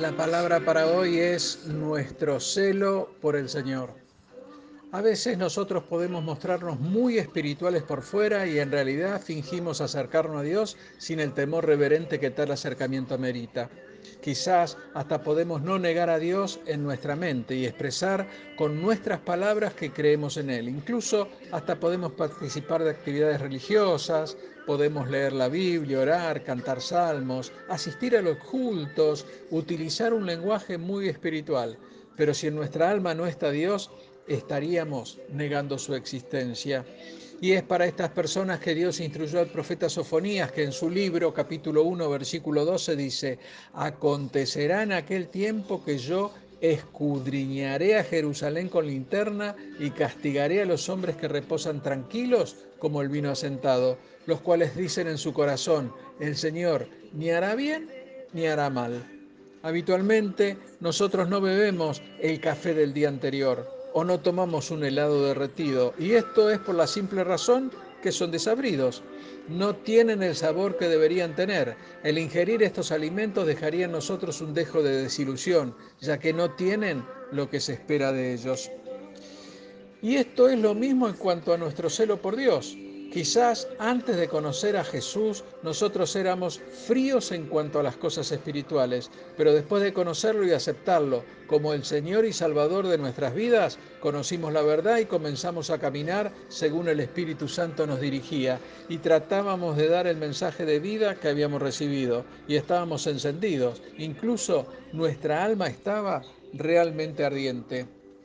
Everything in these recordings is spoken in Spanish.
La palabra para hoy es nuestro celo por el Señor. A veces nosotros podemos mostrarnos muy espirituales por fuera y en realidad fingimos acercarnos a Dios sin el temor reverente que tal acercamiento amerita. Quizás hasta podemos no negar a Dios en nuestra mente y expresar con nuestras palabras que creemos en Él. Incluso hasta podemos participar de actividades religiosas, podemos leer la Biblia, orar, cantar salmos, asistir a los cultos, utilizar un lenguaje muy espiritual. Pero si en nuestra alma no está Dios, estaríamos negando su existencia. Y es para estas personas que Dios instruyó al profeta Sofonías, que en su libro, capítulo 1, versículo 12, dice: acontecerá en aquel tiempo que yo escudriñaré a Jerusalén con linterna y castigaré a los hombres que reposan tranquilos como el vino asentado, los cuales dicen en su corazón: el Señor ni hará bien ni hará mal. Habitualmente nosotros no bebemos el café del día anterior o no tomamos un helado derretido, y esto es por la simple razón que son desabridos. No tienen el sabor que deberían tener. El ingerir estos alimentos dejaría en nosotros un dejo de desilusión, ya que no tienen lo que se espera de ellos. Y esto es lo mismo en cuanto a nuestro celo por Dios. Quizás antes de conocer a Jesús nosotros éramos fríos en cuanto a las cosas espirituales, pero después de conocerlo y aceptarlo como el Señor y Salvador de nuestras vidas, conocimos la verdad y comenzamos a caminar según el Espíritu Santo nos dirigía y tratábamos de dar el mensaje de vida que habíamos recibido y estábamos encendidos. Incluso nuestra alma estaba realmente ardiente.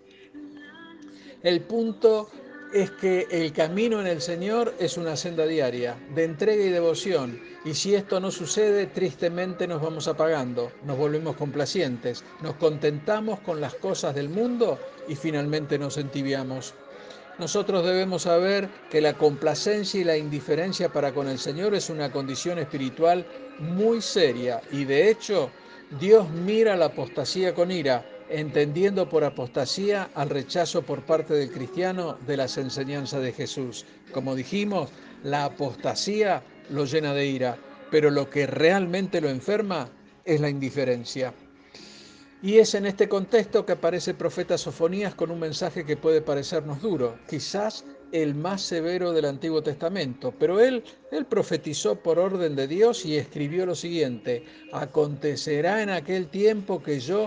El punto es que el camino en el Señor es una senda diaria, de entrega y devoción. Y si esto no sucede, tristemente nos vamos apagando, nos volvemos complacientes, nos contentamos con las cosas del mundo y finalmente nos entibiamos. Nosotros debemos saber que la complacencia y la indiferencia para con el Señor es una condición espiritual muy seria y de hecho Dios mira la apostasía con ira, entendiendo por apostasía al rechazo por parte del cristiano de las enseñanzas de Jesús. Como dijimos, la apostasía lo llena de ira, pero lo que realmente lo enferma es la indiferencia. Y es en este contexto que aparece el profeta Sofonías con un mensaje que puede parecernos duro, quizás el más severo del Antiguo Testamento, pero él profetizó por orden de Dios y escribió lo siguiente: acontecerá en aquel tiempo que yo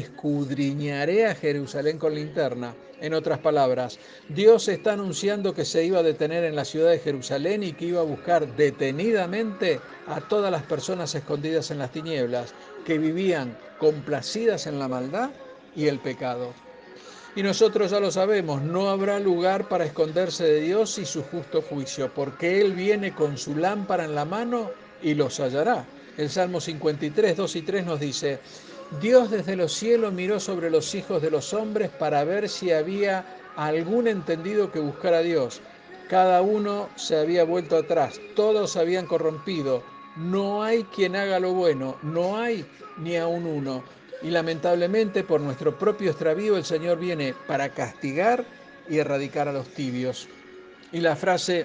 escudriñaré a Jerusalén con linterna. En otras palabras, Dios está anunciando que se iba a detener en la ciudad de Jerusalén y que iba a buscar detenidamente a todas las personas escondidas en las tinieblas, que vivían complacidas en la maldad y el pecado. Y nosotros ya lo sabemos, no habrá lugar para esconderse de Dios y su justo juicio, porque Él viene con su lámpara en la mano y los hallará. El Salmo 53, 2 y 3 nos dice: Dios desde los cielos miró sobre los hijos de los hombres para ver si había algún entendido que buscara a Dios. Cada uno se había vuelto atrás, todos se habían corrompido. No hay quien haga lo bueno, no hay ni aun uno. Y lamentablemente por nuestro propio extravío el Señor viene para castigar y erradicar a los tibios. Y la frase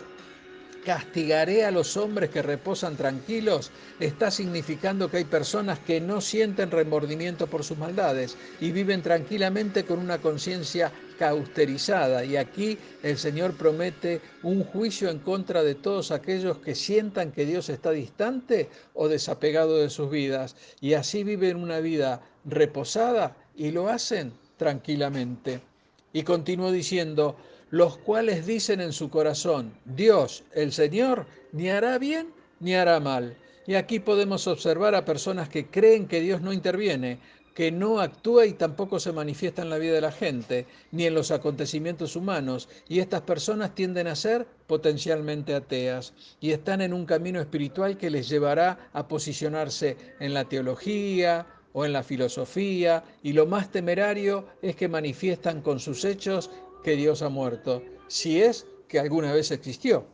castigaré a los hombres que reposan tranquilos está significando que hay personas que no sienten remordimiento por sus maldades y viven tranquilamente con una conciencia cauterizada. Y aquí el Señor promete un juicio en contra de todos aquellos que sientan que Dios está distante o desapegado de sus vidas, y así viven una vida reposada y lo hacen tranquilamente. Y continuó diciendo: los cuales dicen en su corazón: Dios, el Señor, ni hará bien ni hará mal. Y aquí podemos observar a personas que creen que Dios no interviene, que no actúa y tampoco se manifiesta en la vida de la gente, ni en los acontecimientos humanos. Y estas personas tienden a ser potencialmente ateas y están en un camino espiritual que les llevará a posicionarse en la teología o en la filosofía, y lo más temerario es que manifiestan con sus hechos que Dios ha muerto, si es que alguna vez existió.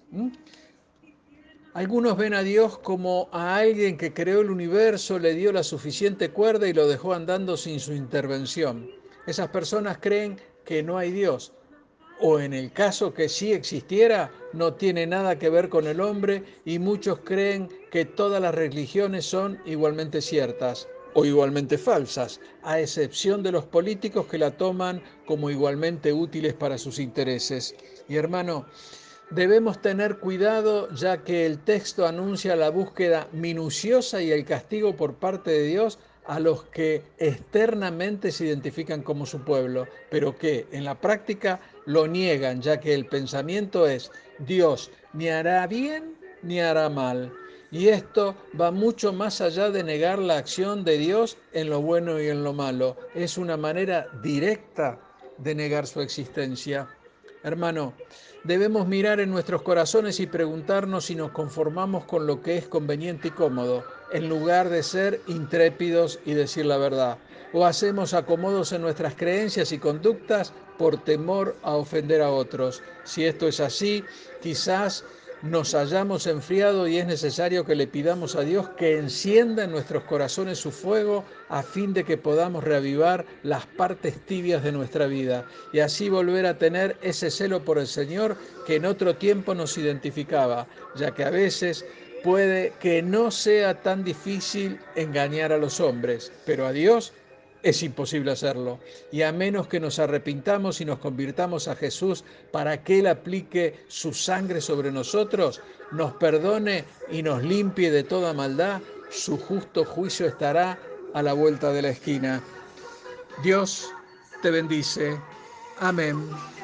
Algunos ven a Dios como a alguien que creó el universo, le dio la suficiente cuerda y lo dejó andando sin su intervención. Esas personas creen que no hay Dios, o en el caso que sí existiera, no tiene nada que ver con el hombre, y muchos creen que todas las religiones son igualmente ciertas. o igualmente falsas, a excepción de los políticos que la toman como igualmente útiles para sus intereses. Y hermano, debemos tener cuidado ya que el texto anuncia la búsqueda minuciosa y el castigo por parte de Dios a los que externamente se identifican como su pueblo, pero que en la práctica lo niegan, ya que el pensamiento es: Dios ni hará bien ni hará mal. Y esto va mucho más allá de negar la acción de Dios en lo bueno y en lo malo. Es una manera directa de negar su existencia. Hermano, debemos mirar en nuestros corazones y preguntarnos si nos conformamos con lo que es conveniente y cómodo, en lugar de ser intrépidos y decir la verdad. O hacemos acomodos en nuestras creencias y conductas por temor a ofender a otros. Si esto es así, quizás nos hayamos enfriado y es necesario que le pidamos a Dios que encienda en nuestros corazones su fuego a fin de que podamos reavivar las partes tibias de nuestra vida y así volver a tener ese celo por el Señor que en otro tiempo nos identificaba, ya que a veces puede que no sea tan difícil engañar a los hombres, pero a Dios es imposible hacerlo. Y a menos que nos arrepintamos y nos convirtamos a Jesús para que Él aplique su sangre sobre nosotros, nos perdone y nos limpie de toda maldad, su justo juicio estará a la vuelta de la esquina. Dios te bendice. Amén.